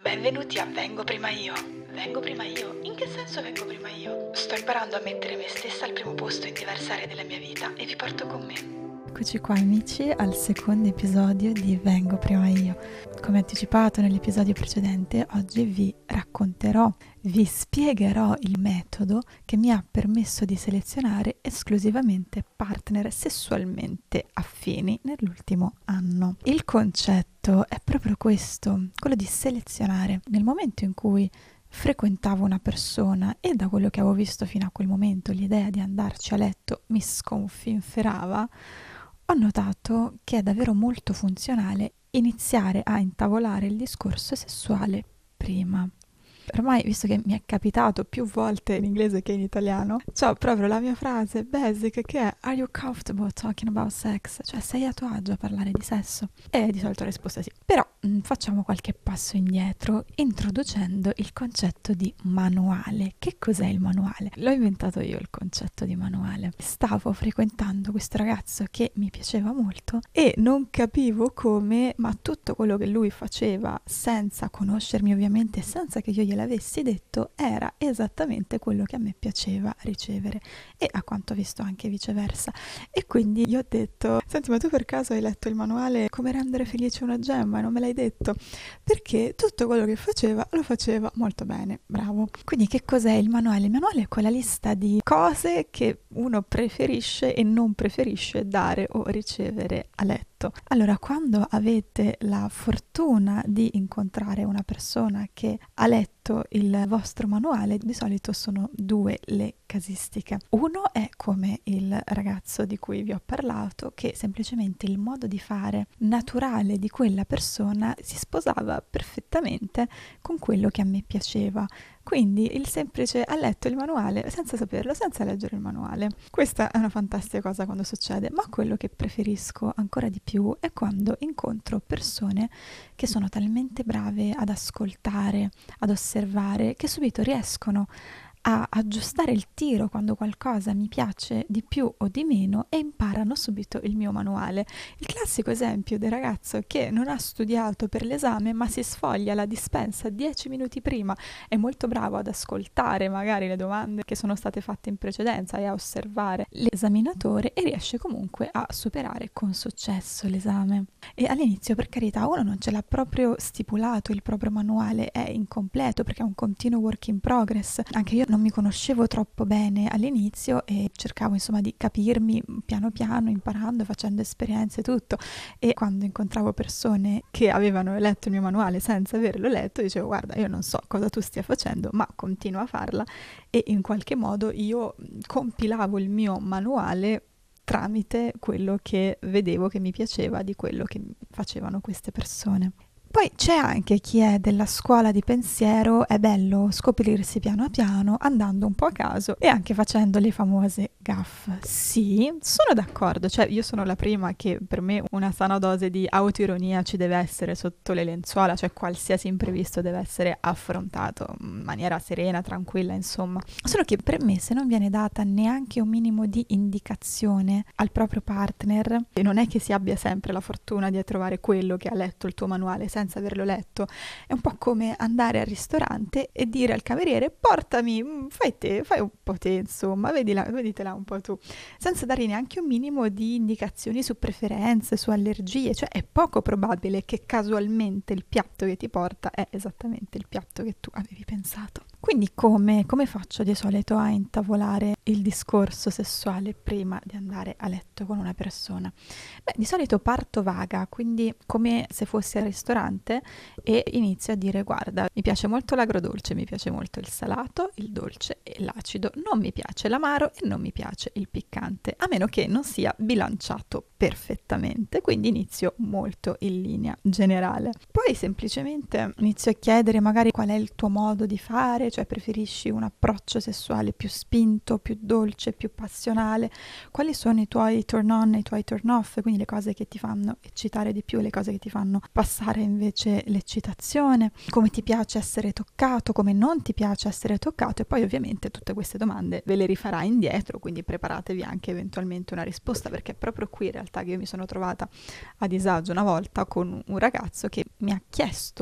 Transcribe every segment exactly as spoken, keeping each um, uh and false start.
Benvenuti a Vengo prima io. Vengo prima io? In che senso vengo prima io? Sto imparando a mettere me stessa al primo posto in diverse aree della mia vita e vi porto con me. Eccoci qua amici al secondo episodio di Vengo prima io. Come anticipato nell'episodio precedente, oggi vi racconterò, vi spiegherò il metodo che mi ha permesso di selezionare esclusivamente partner sessualmente affini nell'ultimo anno. Il concetto è proprio questo, quello di selezionare. Nel momento in cui frequentavo una persona e da quello che avevo visto fino a quel momento l'idea di andarci a letto mi sconfinferava, ho notato che è davvero molto funzionale iniziare a intavolare il discorso sessuale prima. Ormai, visto che mi è capitato più volte in inglese che in italiano, c'ho proprio la mia frase basic che è "Are you comfortable talking about sex?" Cioè, sei a tuo agio a parlare di sesso? E di solito la risposta è sì. Però mh, facciamo qualche passo indietro introducendo il concetto di manuale. Che cos'è il manuale? L'ho inventato io il concetto di manuale. Stavo frequentando questo ragazzo che mi piaceva molto e non capivo come, ma tutto quello che lui faceva senza conoscermi ovviamente, senza che io glielo avessi detto, era esattamente quello che a me piaceva ricevere e a quanto ho visto anche viceversa. E quindi gli ho detto: senti, ma tu per caso hai letto il manuale Come rendere felice una gemma? Non me l'hai detto? Perché tutto quello che faceva lo faceva molto bene, bravo. Quindi che cos'è il manuale? Il manuale è quella lista di cose che uno preferisce e non preferisce dare o ricevere a letto. Allora, quando avete la fortuna di incontrare una persona che ha letto il vostro manuale, di solito sono due le casistiche. Uno è come il ragazzo di cui vi ho parlato, che semplicemente il modo di fare naturale di quella persona si sposava perfettamente con quello che a me piaceva. Quindi il semplice ha letto il manuale senza saperlo, senza leggere il manuale. Questa è una fantastica cosa quando succede, ma quello che preferisco ancora di più è quando incontro persone che sono talmente brave ad ascoltare, ad osservare, che subito riescono a aggiustare il tiro quando qualcosa mi piace di più o di meno e imparano subito il mio manuale. Il classico esempio del ragazzo che non ha studiato per l'esame ma si sfoglia la dispensa dieci minuti prima, è molto bravo ad ascoltare magari le domande che sono state fatte in precedenza e a osservare l'esaminatore e riesce comunque a superare con successo l'esame. E all'inizio, per carità, uno non ce l'ha proprio stipulato, il proprio manuale è incompleto perché è un continuo work in progress. Anche io non mi conoscevo troppo bene all'inizio e cercavo insomma di capirmi piano piano, imparando, facendo esperienze e tutto, e quando incontravo persone che avevano letto il mio manuale senza averlo letto dicevo: guarda, io non so cosa tu stia facendo ma continua a farla, e in qualche modo io compilavo il mio manuale tramite quello che vedevo che mi piaceva di quello che facevano queste persone. Poi c'è anche chi è della scuola di pensiero, è bello scoprirsi piano piano, andando un po' a caso e anche facendo le famose gaffe. Sì, sono d'accordo, cioè io sono la prima che per me una sana dose di autoironia ci deve essere sotto le lenzuola, cioè qualsiasi imprevisto deve essere affrontato in maniera serena, tranquilla, insomma. Solo che per me, se non viene data neanche un minimo di indicazione al proprio partner, e non è che si abbia sempre la fortuna di trovare quello che ha letto il tuo manuale senza averlo letto, è un po' come andare al ristorante e dire al cameriere: portami, fai te, fai un po' te, insomma, vedila, veditela un po' tu, senza dare neanche un minimo di indicazioni su preferenze, su allergie. Cioè è poco probabile che casualmente il piatto che ti porta è esattamente il piatto che tu avevi pensato. Quindi come, come faccio di solito a intavolare il discorso sessuale prima di andare a letto con una persona? Beh, di solito parto vaga, quindi come se fossi al ristorante, e inizio a dire: guarda, mi piace molto l'agrodolce, mi piace molto il salato, il dolce e l'acido, non mi piace l'amaro e non mi piace il piccante, a meno che non sia bilanciato perfettamente. Quindi inizio molto in linea generale. Poi semplicemente inizio a chiedere magari qual è il tuo modo di fare, cioè preferisci un approccio sessuale più spinto, più dolce, più passionale, quali sono i tuoi turn on e i tuoi turn off, quindi le cose che ti fanno eccitare di più e le cose che ti fanno passare invece l'eccitazione, come ti piace essere toccato, come non ti piace essere toccato. E poi ovviamente tutte queste domande ve le rifarà indietro, quindi preparatevi anche eventualmente una risposta, perché è proprio qui in realtà che io mi sono trovata a disagio una volta con un ragazzo che mi ha chiesto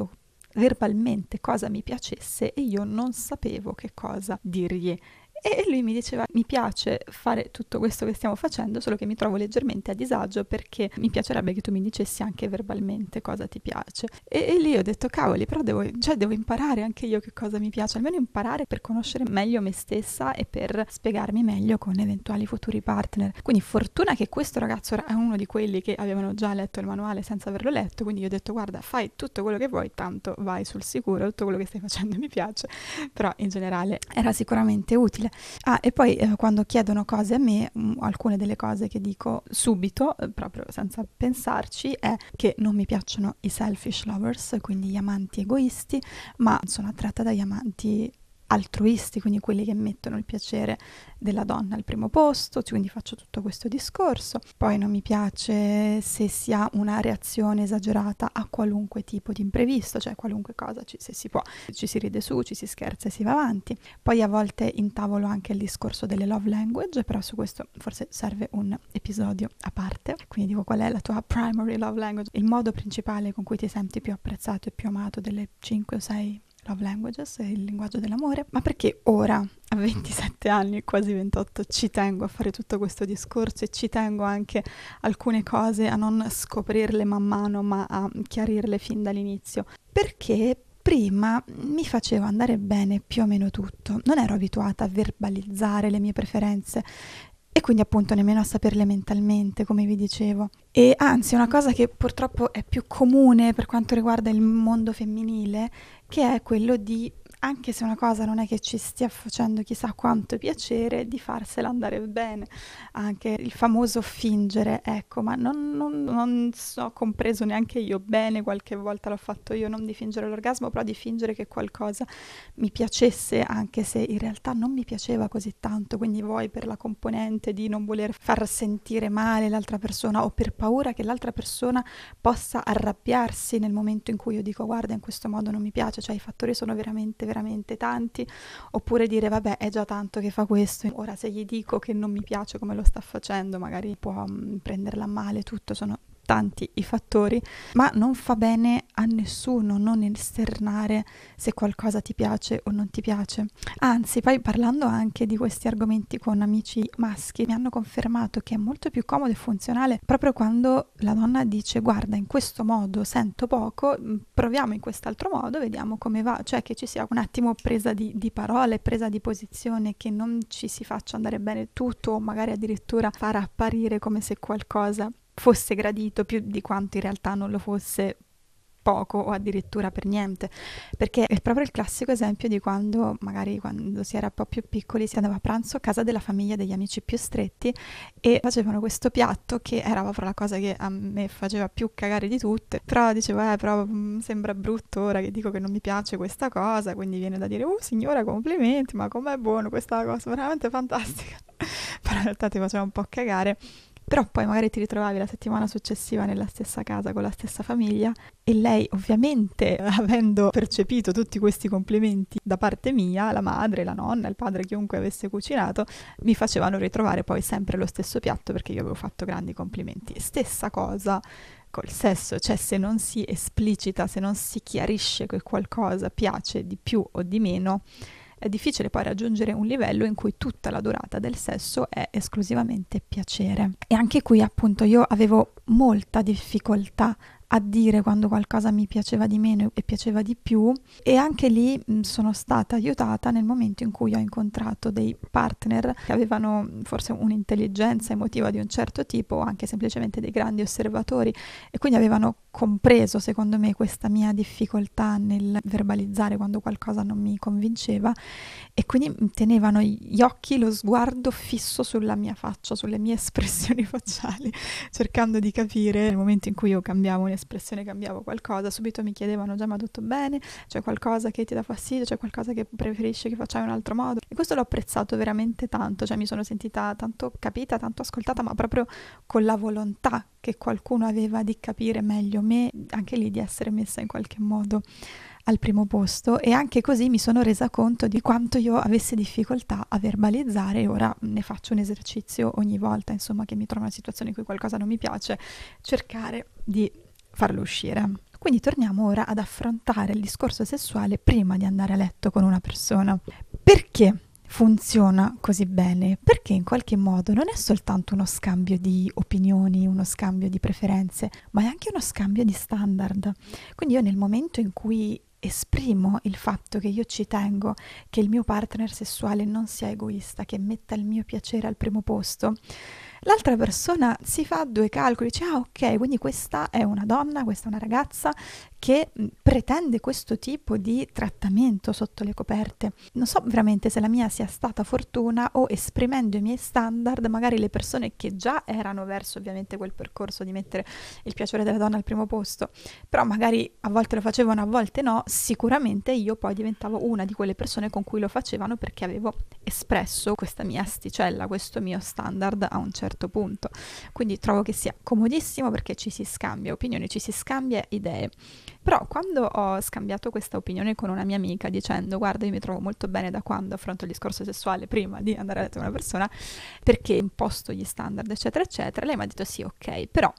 verbalmente cosa mi piacesse e io non sapevo che cosa dirgli. E lui mi diceva: mi piace fare tutto questo che stiamo facendo, solo che mi trovo leggermente a disagio perché mi piacerebbe che tu mi dicessi anche verbalmente cosa ti piace. E, e lì ho detto: cavoli, però devo, cioè devo imparare anche io che cosa mi piace, almeno imparare per conoscere meglio me stessa e per spiegarmi meglio con eventuali futuri partner. Quindi fortuna che questo ragazzo era uno di quelli che avevano già letto il manuale senza averlo letto, quindi io ho detto: guarda, fai tutto quello che vuoi, tanto vai sul sicuro, tutto quello che stai facendo mi piace. Però in generale era sicuramente utile. Ah, e poi eh, quando chiedono cose a me, mh, alcune delle cose che dico subito, eh, proprio senza pensarci, è che non mi piacciono i selfish lovers, quindi gli amanti egoisti, ma sono attratta dagli amanti altruisti, quindi quelli che mettono il piacere della donna al primo posto, quindi faccio tutto questo discorso. Poi non mi piace se si ha una reazione esagerata a qualunque tipo di imprevisto, cioè qualunque cosa, ci, se si può, ci si ride su, ci si scherza e si va avanti. Poi a volte intavolo anche il discorso delle love language, però su questo forse serve un episodio a parte, quindi dico: qual è la tua primary love language, il modo principale con cui ti senti più apprezzato e più amato delle cinque o sei love languages, è il linguaggio dell'amore. Ma perché ora, a ventisette anni, quasi ventotto, ci tengo a fare tutto questo discorso e ci tengo anche alcune cose a non scoprirle man mano, ma a chiarirle fin dall'inizio? Perché prima mi faceva andare bene più o meno tutto, non ero abituata a verbalizzare le mie preferenze e quindi appunto nemmeno a saperle mentalmente, come vi dicevo. E anzi, una cosa che purtroppo è più comune per quanto riguarda il mondo femminile, che è quello di, anche se una cosa non è che ci stia facendo chissà quanto piacere, di farsela andare bene. Anche il famoso fingere, ecco, ma non, non, non so, compreso neanche io bene, qualche volta l'ho fatto io, non di fingere l'orgasmo, però di fingere che qualcosa mi piacesse, anche se in realtà non mi piaceva così tanto, quindi vuoi per la componente di non voler far sentire male l'altra persona o per paura che l'altra persona possa arrabbiarsi nel momento in cui io dico: guarda, in questo modo non mi piace, cioè i fattori sono veramente veramente tanti, oppure dire: vabbè, è già tanto che fa questo, ora se gli dico che non mi piace come lo sta facendo magari può mh, prenderla male, tutto, sono tanti i fattori, ma non fa bene a nessuno non esternare se qualcosa ti piace o non ti piace. Anzi, poi parlando anche di questi argomenti con amici maschi, mi hanno confermato che è molto più comodo e funzionale proprio quando la donna dice: guarda, in questo modo sento poco, proviamo in quest'altro modo, vediamo come va, cioè che ci sia un attimo presa di, di parole, presa di posizione, che non ci si faccia andare bene tutto o magari addirittura far apparire come se qualcosa fosse gradito più di quanto in realtà non lo fosse poco o addirittura per niente, perché è proprio il classico esempio di quando magari quando si era un po' più piccoli si andava a pranzo a casa della famiglia degli amici più stretti e facevano questo piatto che era proprio la cosa che a me faceva più cagare di tutte, però dicevo eh però mh, sembra brutto ora che dico che non mi piace questa cosa, quindi viene da dire: oh signora, complimenti, ma com'è buono questa cosa, veramente fantastica. Però in realtà ti faceva un po' cagare. Però poi magari ti ritrovavi la settimana successiva nella stessa casa con la stessa famiglia e lei, ovviamente, avendo percepito tutti questi complimenti da parte mia, la madre, la nonna, il padre, chiunque avesse cucinato, mi facevano ritrovare poi sempre lo stesso piatto perché io avevo fatto grandi complimenti. Stessa cosa col sesso, cioè se non si esplicita, se non si chiarisce che qualcosa piace di più o di meno, è difficile poi raggiungere un livello in cui tutta la durata del sesso è esclusivamente piacere. E anche qui appunto io avevo molta difficoltà a dire quando qualcosa mi piaceva di meno e piaceva di più, e anche lì mh, sono stata aiutata nel momento in cui ho incontrato dei partner che avevano forse un'intelligenza emotiva di un certo tipo o anche semplicemente dei grandi osservatori e quindi avevano compreso secondo me questa mia difficoltà nel verbalizzare quando qualcosa non mi convinceva e quindi tenevano gli occhi, lo sguardo fisso sulla mia faccia, sulle mie espressioni facciali, cercando di capire nel momento in cui io cambiavo un'espressione, cambiavo qualcosa, subito mi chiedevano: già, ma tutto bene? C'è qualcosa che ti dà fastidio? C'è qualcosa che preferisci che facciamo in un altro modo? E questo l'ho apprezzato veramente tanto, cioè mi sono sentita tanto capita, tanto ascoltata, ma proprio con la volontà che qualcuno aveva di capire meglio me, anche lì di essere messa in qualche modo al primo posto, e anche così mi sono resa conto di quanto io avessi difficoltà a verbalizzare, e ora ne faccio un esercizio ogni volta, insomma, che mi trovo in una situazione in cui qualcosa non mi piace, cercare di farlo uscire. Quindi torniamo ora ad affrontare il discorso sessuale prima di andare a letto con una persona. Perché funziona così bene? Perché in qualche modo non è soltanto uno scambio di opinioni, uno scambio di preferenze, ma è anche uno scambio di standard. Quindi io nel momento in cui esprimo il fatto che io ci tengo che il mio partner sessuale non sia egoista, che metta il mio piacere al primo posto, l'altra persona si fa due calcoli, dice ah ok, quindi questa è una donna, questa è una ragazza che pretende questo tipo di trattamento sotto le coperte. Non so veramente se la mia sia stata fortuna o esprimendo i miei standard, magari le persone che già erano verso ovviamente quel percorso di mettere il piacere della donna al primo posto, però magari a volte lo facevano, a volte no, sicuramente io poi diventavo una di quelle persone con cui lo facevano perché avevo espresso questa mia asticella, questo mio standard a un certo punto. Quindi trovo che sia comodissimo perché ci si scambia opinioni, ci si scambia idee. Però quando ho scambiato questa opinione con una mia amica dicendo guarda io mi trovo molto bene da quando affronto il discorso sessuale prima di andare a letto con una persona perché imposto gli standard eccetera eccetera, lei mi ha detto sì ok, però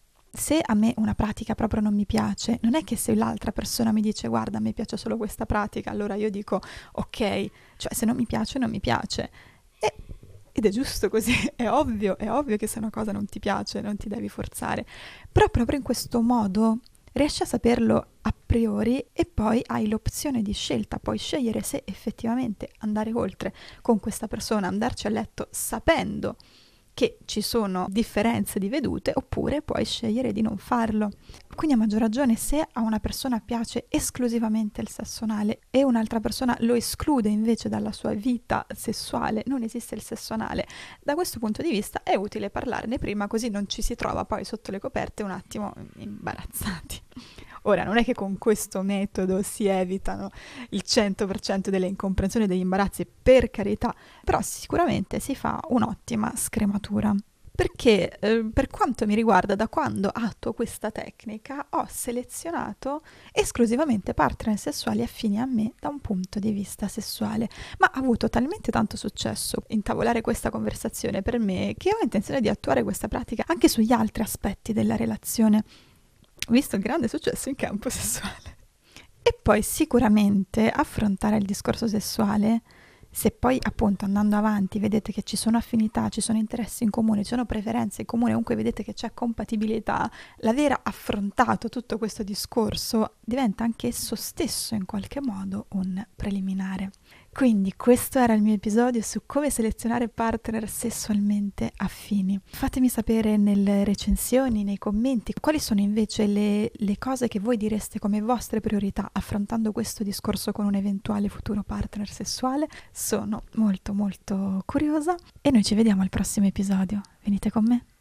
se a me una pratica proprio non mi piace, non è che se l'altra persona mi dice guarda a me piace solo questa pratica, allora io dico ok, cioè se non mi piace non mi piace. E, ed è giusto così, è ovvio, è ovvio che se una cosa non ti piace non ti devi forzare, però proprio in questo modo riesci a saperlo a priori e poi hai l'opzione di scelta, puoi scegliere se effettivamente andare oltre con questa persona, andarci a letto sapendo che ci sono differenze di vedute oppure puoi scegliere di non farlo. Quindi a maggior ragione se a una persona piace esclusivamente il sesso anale e un'altra persona lo esclude invece dalla sua vita sessuale, non esiste il sesso anale, da questo punto di vista è utile parlarne prima così non ci si trova poi sotto le coperte un attimo imbarazzati. Ora, non è che con questo metodo si evitano il cento per cento delle incomprensioni e degli imbarazzi, per carità, però sicuramente si fa un'ottima scrematura. Perché eh, per quanto mi riguarda, da quando attuo questa tecnica, ho selezionato esclusivamente partner sessuali affini a me da un punto di vista sessuale, ma ha avuto talmente tanto successo intavolare questa conversazione per me che ho intenzione di attuare questa pratica anche sugli altri aspetti della relazione, visto il grande successo in campo sessuale. E poi sicuramente affrontare il discorso sessuale, se poi appunto andando avanti vedete che ci sono affinità, ci sono interessi in comune, ci sono preferenze in comune, comunque vedete che c'è compatibilità, l'aver affrontato tutto questo discorso diventa anche esso stesso in qualche modo un preliminare. Quindi questo era il mio episodio su come selezionare partner sessualmente affini. Fatemi sapere nelle recensioni, nei commenti, quali sono invece le, le cose che voi direste come vostre priorità affrontando questo discorso con un eventuale futuro partner sessuale. Sono molto molto curiosa e noi ci vediamo al prossimo episodio. Venite con me.